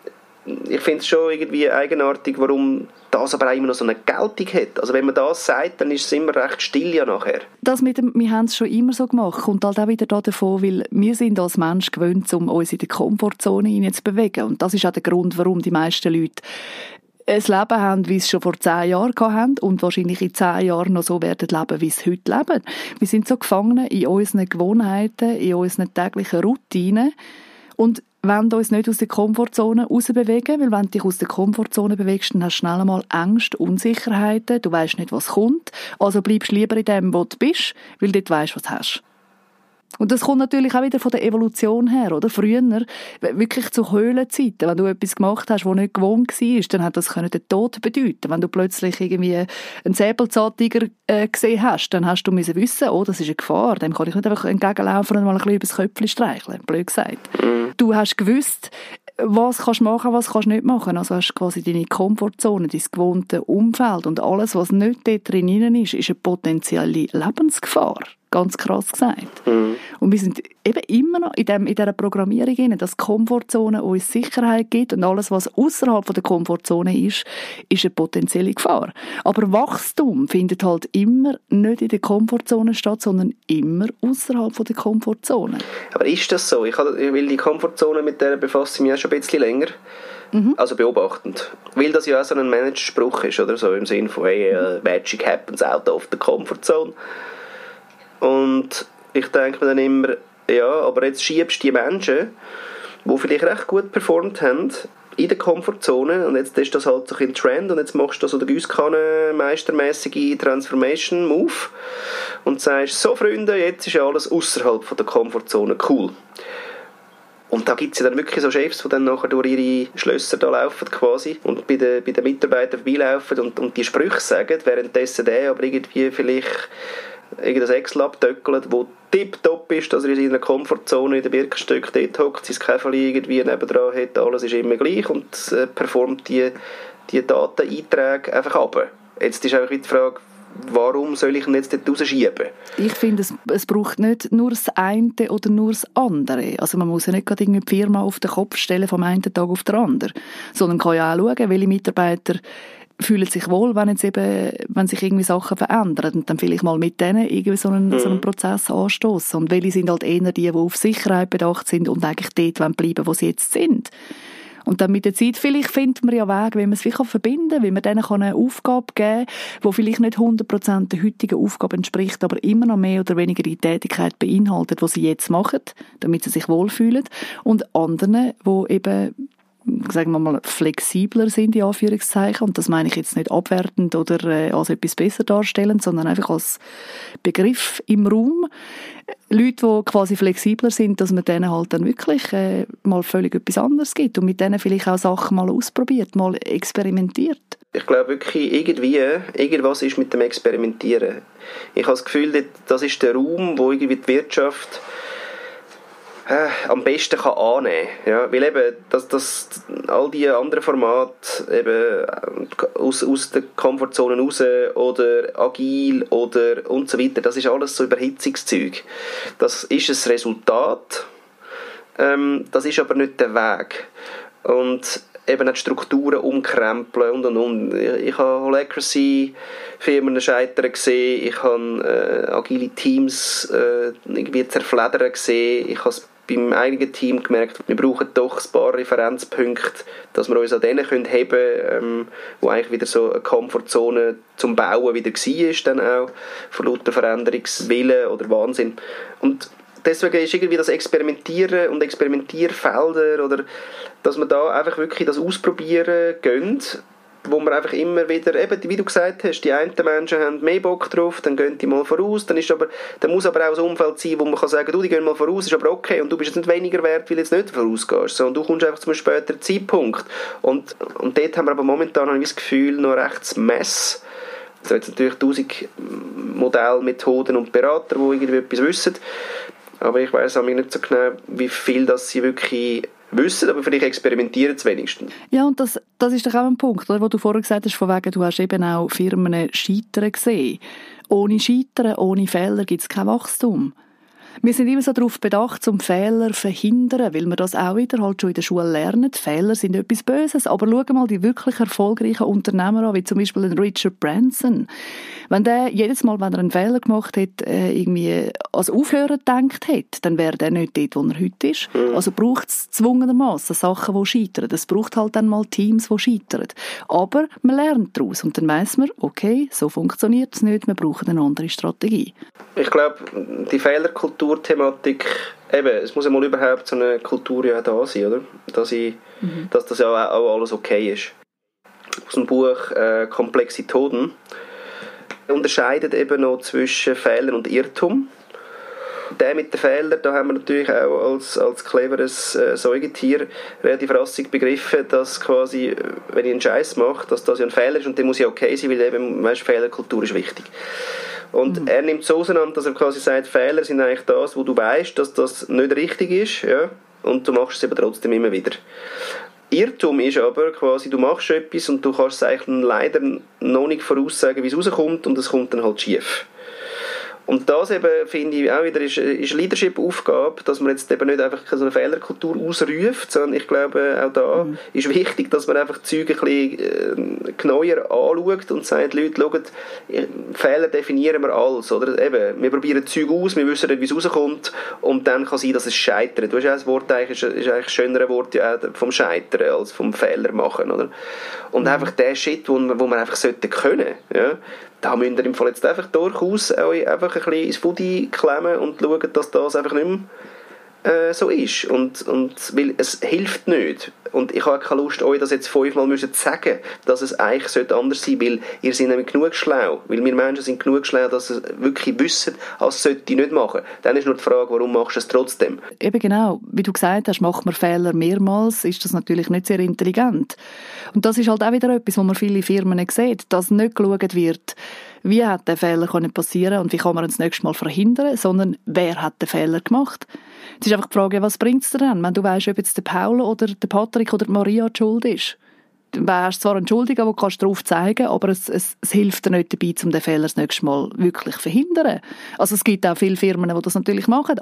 ich finde es schon irgendwie eigenartig, warum das aber auch immer noch so eine Geltung hat. Also wenn man das sagt, dann ist es immer recht still ja nachher. Das mit dem, wir haben es schon immer so gemacht, kommt halt auch wieder davon, weil wir sind als Mensch gewöhnt, um uns in die Komfortzone hinein zu bewegen. Und das ist auch der Grund, warum die meisten Leute ein Leben haben, wie sie es schon vor zehn Jahren hatten und wahrscheinlich in zehn Jahren noch so werden leben, wie sie heute leben. Wir sind so gefangen in unseren Gewohnheiten, in unseren täglichen Routinen und wollen uns nicht aus der Komfortzone rausbewegen, weil wenn du dich aus der Komfortzone bewegst, dann hast du schnell einmal Ängste, Unsicherheiten, du weisst nicht, was kommt, also bleibst lieber in dem, wo du bist, weil du dort weisst, was du hast. Und das kommt natürlich auch wieder von der Evolution her, oder? Früher, wirklich zu Höhlenzeiten, wenn du etwas gemacht hast, was nicht gewohnt war, dann hat das den Tod bedeuten. Wenn du plötzlich irgendwie einen Säbelzahntiger äh, gesehen hast, dann hast du müssen wissen, oh, das ist eine Gefahr, dem kann ich nicht einfach entgegenlaufen und mal ein bisschen übers Köpfchen streicheln, blöd gesagt. Du hast gewusst, was kannst du machen, was kannst du nicht machen. Also hast du quasi deine Komfortzone, dein gewohnte Umfeld und alles, was nicht dort drin ist, ist eine potenzielle Lebensgefahr. Ganz krass gesagt. Mhm. Und wir sind eben immer noch in, dem, in dieser Programmierung drin, dass die Komfortzone uns Sicherheit gibt und alles, was außerhalb der Komfortzone ist, ist eine potenzielle Gefahr. Aber Wachstum findet halt immer nicht in der Komfortzone statt, sondern immer außerhalb der Komfortzone. Aber ist das so? Ich will die Komfortzone, mit der befasse ich mich auch schon ein bisschen länger. Mhm. Also beobachtend. Weil das ja auch so ein Managerspruch ist, oder so im Sinne von hey, uh, Magic happens out of the comfort zone. Und ich denke mir dann immer, ja, aber jetzt schiebst du die Menschen, die vielleicht recht gut performt haben, in der Komfortzone und jetzt ist das halt so ein Trend und jetzt machst du so den Giesskanne-meistermässige Transformation-Move und sagst, so Freunde, jetzt ist ja alles außerhalb der Komfortzone cool. Und da gibt es ja dann wirklich so Chefs, die dann nachher durch ihre Schlösser da laufen quasi und bei den, bei den Mitarbeitern vorbeilaufen und, und die Sprüche sagen, währenddessen der aber irgendwie vielleicht irgendein Excel abtöckelt, das tipptopp ist, dass er in seiner Komfortzone in der Birkenstock dort hockt, sein Käferli irgendwie nebendran hat, alles ist immer gleich und äh, performt die, die Dateneinträge einfach ab. Jetzt ist einfach die Frage, warum soll ich ihn jetzt dort rausschieben? Ich finde, es, es braucht nicht nur das eine oder nur das andere. Also man muss ja nicht gerade die Firma auf den Kopf stellen vom einen Tag auf den anderen, sondern kann ja auch schauen, welche Mitarbeiter fühlen sich wohl, wenn, jetzt eben, wenn sich irgendwie Sachen verändern und dann vielleicht mal mit denen irgendwie so einen, mhm. so einen Prozess anstoßen. Und welche sind halt eher die, die auf Sicherheit bedacht sind und eigentlich dort bleiben, wo sie jetzt sind. Und dann mit der Zeit, vielleicht findet man ja Wege, wie man es wie verbinden kann, wie man denen eine Aufgabe geben kann, die vielleicht nicht hundert Prozent der heutigen Aufgabe entspricht, aber immer noch mehr oder weniger die Tätigkeit beinhaltet, die sie jetzt machen, damit sie sich wohlfühlen. Und anderen, die eben, sagen wir mal, flexibler sind, in Anführungszeichen. Und das meine ich jetzt nicht abwertend oder äh, als etwas besser darstellend, sondern einfach als Begriff im Raum. Leute, die quasi flexibler sind, dass man denen halt dann wirklich äh, mal völlig etwas anderes gibt und mit denen vielleicht auch Sachen mal ausprobiert, mal experimentiert. Ich glaube wirklich, irgendwie, irgendwas ist mit dem Experimentieren. Ich habe das Gefühl, das ist der Raum, wo irgendwie die Wirtschaft Äh, am besten kann annehmen kann. Ja? Weil eben, dass, dass all die anderen Formate eben aus, aus der Komfortzone raus oder agil oder und so weiter, das ist alles so Überhitzungszeug. Das ist ein Resultat, ähm, das ist aber nicht der Weg. Und eben die Strukturen umkrempeln und und und. Ich, ich habe Holacracy-Firmen scheitern gesehen, ich habe äh, agile Teams äh, irgendwie zerfledern gesehen, ich habe es beim eigenen Team gemerkt, wir brauchen doch ein paar Referenzpunkte, dass wir uns an denen können heben können, ähm, wo eigentlich wieder so eine Komfortzone zum Bauen wieder war, dann auch, von lauter Veränderungswillen oder Wahnsinn. Und deswegen ist irgendwie das Experimentieren und Experimentierfelder oder dass man da einfach wirklich das Ausprobieren gönnt, wo man einfach immer wieder, eben, wie du gesagt hast, die einen Menschen haben mehr Bock drauf, dann gehen die mal voraus, dann, ist aber, dann muss aber auch ein Umfeld sein, wo man kann sagen, du, die gehen mal voraus, ist aber okay und du bist jetzt nicht weniger wert, weil du jetzt nicht vorausgehst, sondern du kommst einfach zu einem späteren Zeitpunkt. Und, und dort haben wir aber momentan habe ich das Gefühl, noch recht das Mess. Es gibt natürlich tausend Modellmethoden und Berater, die irgendwie etwas wissen, aber ich weiss auch nicht so genau, wie viel das sie wirklich wissen, aber vielleicht experimentieren es wenigstens. Ja, und das, das ist doch auch ein Punkt, oder, wo du vorher gesagt hast, von wegen, du hast eben auch Firmen scheitern gesehen. Ohne Scheitern, ohne Fehler gibt es kein Wachstum. Wir sind immer so darauf bedacht, um Fehler zu verhindern, weil wir das auch wieder halt schon in der Schule lernen. Fehler sind etwas Böses. Aber schau mal die wirklich erfolgreichen Unternehmer an, wie zum Beispiel Richard Branson. Wenn der jedes Mal, wenn er einen Fehler gemacht hat, irgendwie als Aufhörer gedacht hat, dann wäre der nicht dort, wo er heute ist. Mhm. Also braucht es zwungenermassen Sachen, die scheitern. Es braucht halt dann mal Teams, die scheitern. Aber man lernt daraus und dann weiss man, okay, so funktioniert es nicht, wir brauchen eine andere Strategie. Ich glaube, die Fehlerkultur-Thematik, eben, es muss ja mal überhaupt so eine Kultur ja da sein, oder? Dass, ich, mhm. dass das ja auch alles okay ist. Aus dem Buch äh, «Komplexitoden» unterscheidet eben noch zwischen Fehlern und Irrtum. Der mit den Fehlern, da haben wir natürlich auch als, als cleveres äh, Säugetier relativ rassig begriffen, dass quasi, wenn ich einen Scheiß mache, dass das ja ein Fehler ist und der muss ja okay sein, weil eben, weißt, Fehlerkultur ist wichtig. Und mhm. er nimmt es so auseinander, dass er quasi sagt, Fehler sind eigentlich das, wo du weißt, dass das nicht richtig ist, ja, und du machst es eben trotzdem immer wieder. Irrtum ist aber quasi, du machst etwas und du kannst es eigentlich leider noch nicht voraussagen, wie es rauskommt und es kommt dann halt schief. Und das eben, finde ich, auch wieder ist, ist Leadership-Aufgabe, dass man jetzt eben nicht einfach so eine Fehlerkultur ausruft, sondern ich glaube, auch da mhm. ist wichtig, dass man einfach die Züge ein bisschen äh, genauer anschaut und sagt, Leute, schaut, Fehler definieren wir alles, oder? Eben, wir probieren Züge aus, wir wissen nicht, wie es rauskommt und dann kann sein, dass es scheitert. Du hast ja das Wort, eigentlich, ist, ist eigentlich ein schöneres Wort ja, vom Scheitern als vom Fehler machen, oder? Und mhm. einfach der Shit, wo, wo man einfach sollte können, ja? Da müsst ihr im Fall jetzt einfach durchaus euch einfach ein bisschen ins Foodie klemmen und schauen, dass das einfach nicht mehr äh, so ist. Und, und, weil es hilft nicht. Und ich habe keine Lust, euch das jetzt fünfmal müssen sagen, dass es eigentlich anders sein sollte, weil ihr seid nämlich genug schlau. Weil wir Menschen sind genug schlau, dass sie wirklich wissen, als sollte ich nicht machen. Dann ist nur die Frage, warum machst du es trotzdem? Eben genau. Wie du gesagt hast, macht man Fehler mehrmals, ist das natürlich nicht sehr intelligent. Und das ist halt auch wieder etwas, wo man viele Firmen sieht, dass nicht geschaut wird, wie hat der Fehler passieren und wie kann man ihn das nächste Mal verhindern, sondern wer hat den Fehler gemacht. Es ist einfach die Frage, was bringt es dir dann, wenn du weißt, ob jetzt der Paul oder der Patrick oder die Maria die Schuld ist. Du hast zwar einen Schuldigen, den kannst du darauf zeigen, aber es, es, es hilft dir nicht dabei, um den Fehler das nächste Mal wirklich zu verhindern. Also es gibt auch viele Firmen, die das natürlich machen, aber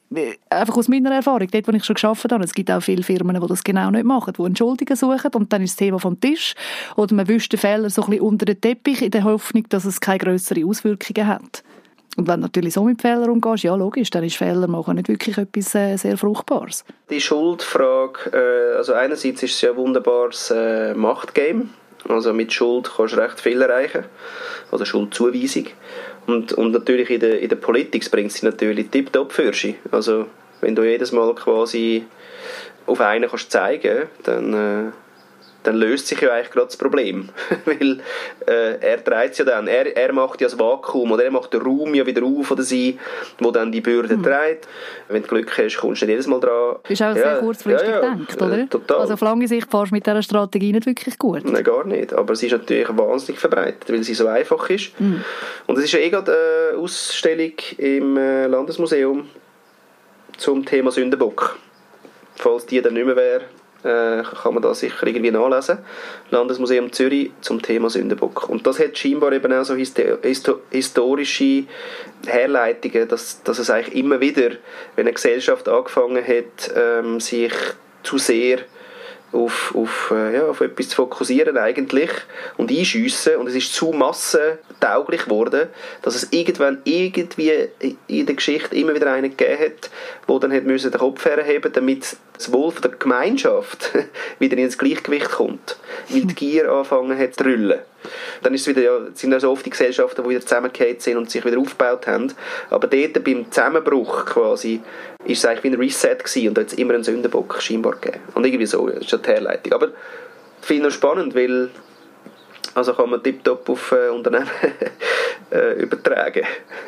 einfach aus meiner Erfahrung, dort, wo ich schon gearbeitet habe, es gibt auch viele Firmen, die das genau nicht machen, die Entschuldigungen suchen und dann ist das Thema vom Tisch oder man wischt den Fehler so ein bisschen unter den Teppich in der Hoffnung, dass es keine grösseren Auswirkungen hat. Und wenn du natürlich so mit Fehlern umgehst, ja logisch, dann ist Fehler machen nicht wirklich etwas äh, sehr Fruchtbares. Die Schuldfrage, äh, also einerseits ist es ja ein wunderbares äh, Machtgame, also mit Schuld kannst du recht viel erreichen, also Schuldzuweisung. Und, und natürlich in der, in der Politik bringt sie natürlich tiptop für sie. Also wenn du jedes Mal quasi auf einen kannst zeigen, dann, äh, dann löst sich ja eigentlich gerade das Problem. Weil äh, er dreht es ja dann, er, er macht ja das Vakuum oder er macht den Raum ja wieder auf oder sie, wo dann die Bürde mhm. trägt. Wenn du Glück hast, kommst du nicht jedes Mal dran. Du bist auch ja, sehr kurzfristig ja, ja, gedacht, oder? Äh, total. Also auf lange Sicht fahrst du mit dieser Strategie nicht wirklich gut. Nein, gar nicht. Aber sie ist natürlich wahnsinnig verbreitet, weil sie so einfach ist. Mhm. Und es ist ja eh gerade eine Ausstellung im Landesmuseum zum Thema Sündenbock. Falls die dann nicht mehr wäre, kann man das sicher irgendwie nachlesen. Landesmuseum Zürich zum Thema Sündenbock. Und das hat scheinbar eben auch so historische Herleitungen, dass, dass es eigentlich immer wieder, wenn eine Gesellschaft angefangen hat, ähm, sich zu sehr auf, auf, äh, ja, auf etwas zu fokussieren eigentlich und einschiessen und es ist zu massentauglich geworden, dass es irgendwann irgendwie in der Geschichte immer wieder einen gegeben hat, der dann hat müssen den Kopf herheben, damit das Wohl der Gemeinschaft wieder ins Gleichgewicht kommt, weil die Gier angefangen hat zu drüllen. Dann ist es wieder, ja, sind ja so oft die Gesellschaften, die wieder zusammengefallen sind und sich wieder aufgebaut haben. Aber dort beim Zusammenbruch quasi ist es eigentlich wie ein Reset gewesen und da hat es immer einen Sündenbock scheinbar gegeben. Und irgendwie so, das ist ja die Herleitung. Aber ich finde es spannend, weil also kann man tiptop auf äh, Unternehmen äh, übertragen.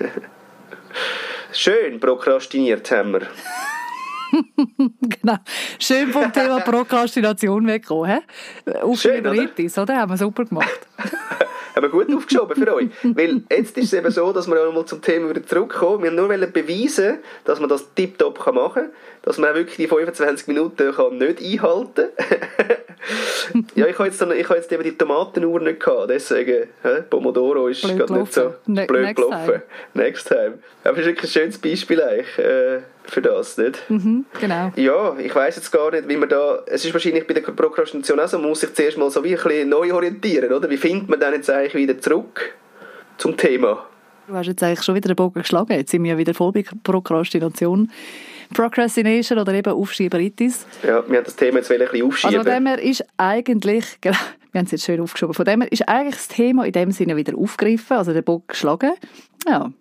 Schön prokrastiniert haben wir. Genau. Schön vom Thema Prokrastination weggekommen. Aufschieberitis, oder? Haben wir super gemacht. Haben wir gut aufgeschoben für euch. Weil jetzt ist es eben so, dass wir einmal zum Thema wieder zurückkommen. Wir haben nur beweisen, dass man das tiptop machen kann. Dass man auch wirklich die fünfundzwanzig Minuten kann nicht einhalten kann. Ja, ich habe jetzt, dann, ich habe jetzt eben die Tomatenuhr nicht gehabt. Deswegen, hä, Pomodoro ist blöd gerade nicht so ne- blöd next gelaufen. Time. Next time. Aber es ist wirklich ein schönes Beispiel eigentlich, äh, für das, nicht? Mhm, genau. Ja, ich weiss jetzt gar nicht, wie man da... Es ist wahrscheinlich bei der Prokrastination auch so, man muss sich zuerst mal so wie ein bisschen neu orientieren, oder? Wie findet man dann jetzt eigentlich wieder zurück zum Thema? Du hast jetzt eigentlich schon wieder den Bogen geschlagen. Jetzt sind wir wieder voll bei Prokrastination. Procrastination oder eben Aufschieberitis. Ja, wir haben das Thema jetzt ein bisschen aufschieben. Also von dem her ist eigentlich... Genau, wir haben es jetzt schön aufgeschoben. Von dem her ist eigentlich das Thema in dem Sinne wieder aufgegriffen, also den Bogen geschlagen. Ja.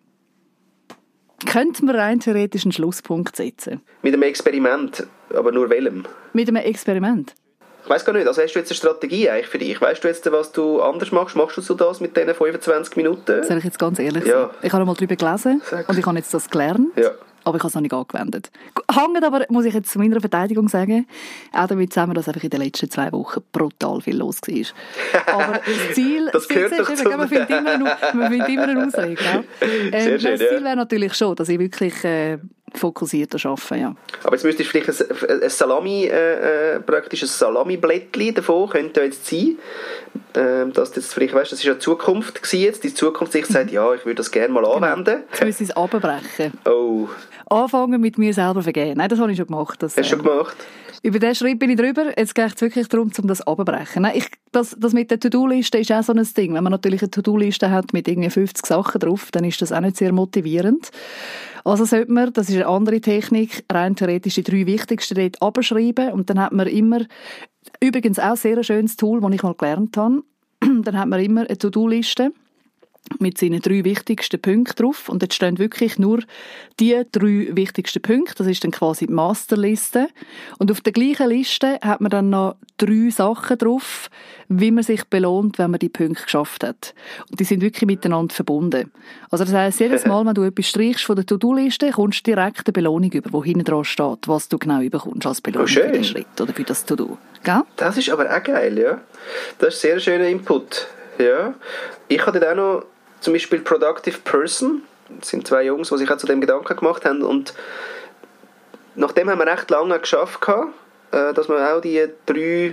Könnte man rein theoretisch einen Schlusspunkt setzen? Mit einem Experiment, aber nur welchem? Mit einem Experiment? Ich weiss gar nicht, also hast du jetzt eine Strategie eigentlich für dich? Weißt du jetzt, was du anders machst? Machst du so das mit diesen fünfundzwanzig Minuten? Soll ich jetzt ganz ehrlich ja. sein? Ich habe einmal darüber gelesen Sag. und ich habe jetzt das gelernt. Ja. Aber ich habe es noch nicht angewendet. Hängt aber, muss ich jetzt zu meiner Verteidigung sagen, auch damit zusammen, dass einfach in den letzten zwei Wochen brutal viel los war. Aber das Ziel... Das gehört doch zu... Man findet immer eine, man findet immer eine Ausrede. Ähm, Sehr schön, das Ziel ja. wäre natürlich schon, dass ich wirklich äh, fokussierter arbeite. Ja. Aber jetzt müsstest du vielleicht ein, ein Salami, äh, praktisch ein Salami-Blättchen davon, könnte jetzt sein. Äh, dass das vielleicht, weißt, das ist ja die Zukunft gewesen jetzt. Die Zukunft sich sagt, ja, ich würde das gerne mal anwenden. Jetzt müssen sie es runterbrechen. Oh... Anfangen mit mir selber vergehen. Nein, das habe ich schon gemacht. Das, Hast du schon gemacht? Äh, über diesen Schritt bin ich drüber. Jetzt geht es wirklich darum, um das abzubrechen. Nein, ich, das, das mit der To-Do-Liste ist auch so ein Ding. Wenn man natürlich eine To-Do-Liste hat mit irgendwie fünfzig Sachen drauf, dann ist das auch nicht sehr motivierend. Also sollte man, das ist eine andere Technik, rein theoretisch die drei wichtigsten dort abschreiben und dann hat man immer, übrigens auch sehr ein schönes Tool, das ich mal gelernt habe, dann hat man immer eine To-Do-Liste mit seinen drei wichtigsten Punkten drauf. Und jetzt stehen wirklich nur die drei wichtigsten Punkte. Das ist dann quasi die Masterliste. Und auf der gleichen Liste hat man dann noch drei Sachen drauf, wie man sich belohnt, wenn man die Punkte geschafft hat. Und die sind wirklich miteinander verbunden. Also das heisst, jedes Mal, wenn du etwas streichst von der To-Do-Liste, kommst du direkt eine Belohnung über, wo hinten dran steht, was du genau bekommst als Belohnung oh, für den Schritt oder für das To-Do. Gell? Das ist aber auch geil, ja. Das ist ein sehr schöner Input. Ja. Ich hatte auch noch zum Beispiel Productive Person. Das sind zwei Jungs, die sich auch zu dem Gedanken gemacht haben. Und nachdem haben wir recht lange geschafft, dass man auch die drei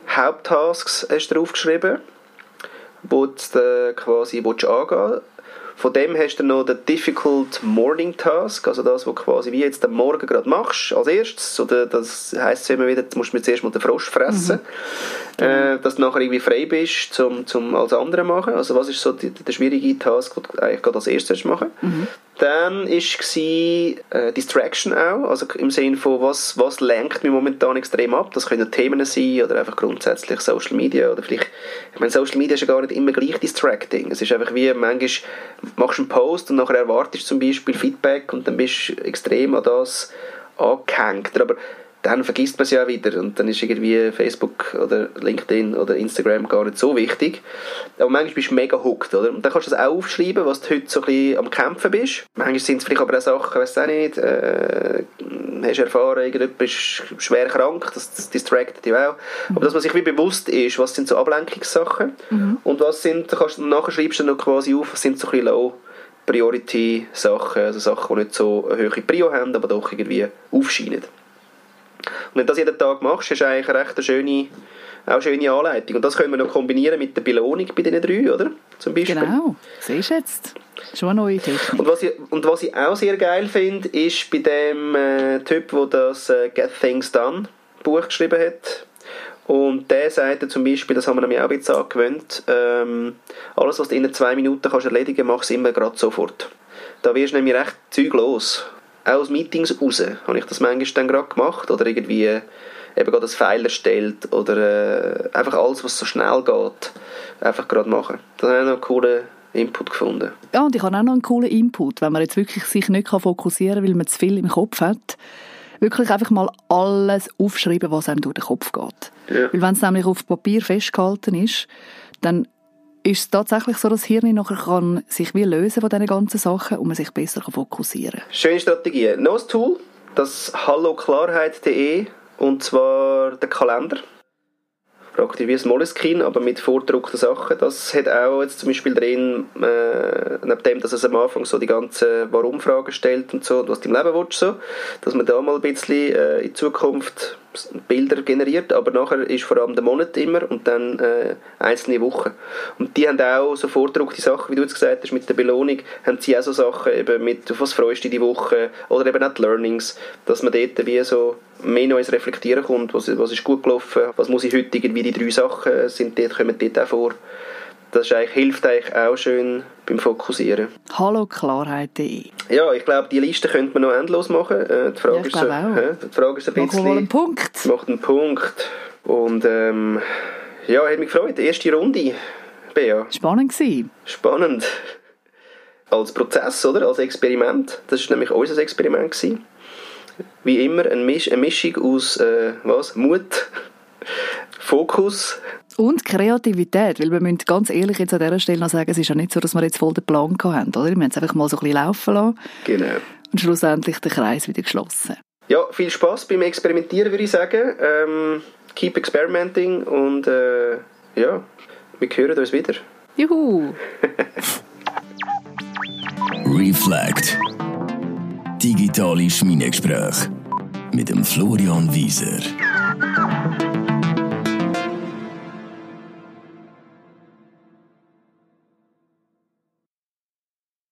Haupttasks draufgeschrieben, die du quasi angehen willst. Von dem hast du noch den Difficult Morning Task, also das, was quasi wie jetzt am Morgen gerade machst, als erstes. Oder das heisst immer wieder, du musst mir zuerst mal den Frosch fressen, mhm. äh, dass du nachher irgendwie frei bist, zum, zum als andere machen. Also was ist so die, der schwierige Task, den du eigentlich gerade als erstes machen mhm. Dann war äh, Distraction auch, also im Sinne von, was, was lenkt mich momentan extrem ab. Das können Themen sein oder einfach grundsätzlich Social Media. Oder vielleicht, ich meine, Social Media ist ja gar nicht immer gleich distracting. Es ist einfach wie, manchmal machst du einen Post und nachher erwartest du zum Beispiel Feedback und dann bist du extrem an das angehängt. Aber dann vergisst man es ja auch wieder und dann ist irgendwie Facebook oder LinkedIn oder Instagram gar nicht so wichtig. Aber manchmal bist du mega hooked, oder? Und dann kannst du das auch aufschreiben, was du heute so ein bisschen am Kämpfen bist. Manchmal sind es vielleicht aber auch Sachen, weißt du auch nicht, äh, hast erfahren, irgendjemand ist schwer krank, das, das distractet dich auch. Mhm. Aber dass man sich wie bewusst ist, was sind so Ablenkungssachen mhm. und was sind, kannst du nachher schreibst du noch quasi auf, was sind so ein bisschen low Priority-Sachen, also Sachen, die nicht so eine hohe Prio haben, aber doch irgendwie aufscheinen. Und wenn du das jeden Tag machst, hast du eigentlich eine recht schöne, auch eine schöne Anleitung. Und das können wir noch kombinieren mit der Belohnung bei diesen drei, oder? Zum Beispiel. Genau, siehst du jetzt. Schon eine neue Technik. Und was ich, und was ich auch sehr geil finde, ist bei dem äh, Typ, der das äh, Get Things Done Buch geschrieben hat. Und der sagt zum Beispiel, das haben wir nämlich auch jetzt angewöhnt, ähm, alles, was du in zwei Minuten kannst erledigen kannst, mach es immer gerade sofort. Da wirst du nämlich recht Zeug los. Auch aus Meetings raus habe ich das manchmal dann gerade gemacht oder irgendwie eben gerade das File erstellt oder äh, einfach alles, was so schnell geht, einfach gerade machen. Da habe ich noch einen coolen Input gefunden. Ja, und ich habe auch noch einen coolen Input, wenn man jetzt wirklich sich nicht fokussieren kann, weil man zu viel im Kopf hat. Wirklich einfach mal alles aufschreiben, was einem durch den Kopf geht. Ja. Weil wenn es nämlich auf Papier festgehalten ist, dann ist es tatsächlich so, dass das Hirn nachher kann sich wie lösen von diesen ganzen Sachen und man sich besser fokussieren kann. Schöne Strategie. Noch ein Tool, das hallo klarheit punkt de und zwar der Kalender. Praktisch wie ein Moleskine, aber mit vorgedruckten Sachen. Das hat auch jetzt zum Beispiel drin, äh, neben dem, dass es am Anfang so die ganzen Warum-Fragen stellt und so, was du im Leben willst, so, dass man da mal ein bisschen äh, in Zukunft Bilder generiert, aber nachher ist vor allem der Monat immer und dann äh, einzelne Wochen. Und die haben auch so vorgedruckte Sachen, wie du jetzt gesagt hast, mit der Belohnung, haben sie auch so Sachen, eben mit, auf was freust du dich die Woche, oder eben auch die Learnings, dass man dort wie so mehr Neues reflektieren kommt, was, was ist gut gelaufen, was muss ich heute, irgendwie die drei Sachen sind dort, kommen dort auch vor. Das ist eigentlich, hilft eigentlich auch schön beim Fokussieren. hallo klarheit punkt de. Ja, ich glaube, die Liste könnte man noch endlos machen. Äh, die Frage ja, ich ist so, äh, die Frage ist ein bisschen... Machen wir mal einen Punkt. Macht einen Punkt. Und ähm, ja, hat mich gefreut. Erste Runde, Bea. Spannend gewesen. Spannend. Als Prozess, oder? Als Experiment. Das war nämlich unser Experiment gewesen. Wie immer eine, Misch- eine Mischung aus äh, was? Mut, Fokus... Und Kreativität, weil wir müssen ganz ehrlich jetzt an dieser Stelle noch sagen, es ist ja nicht so, dass wir jetzt voll den Plan hatten, oder? Wir haben es einfach mal so ein bisschen laufen lassen. Genau. Und schlussendlich den Kreis wieder geschlossen. Ja, viel Spass beim Experimentieren, würde ich sagen. Ähm, keep experimenting und äh, ja, wir hören uns wieder. Juhu! Reflect. Digitale Schmiedegespräche mit dem Florian Wieser.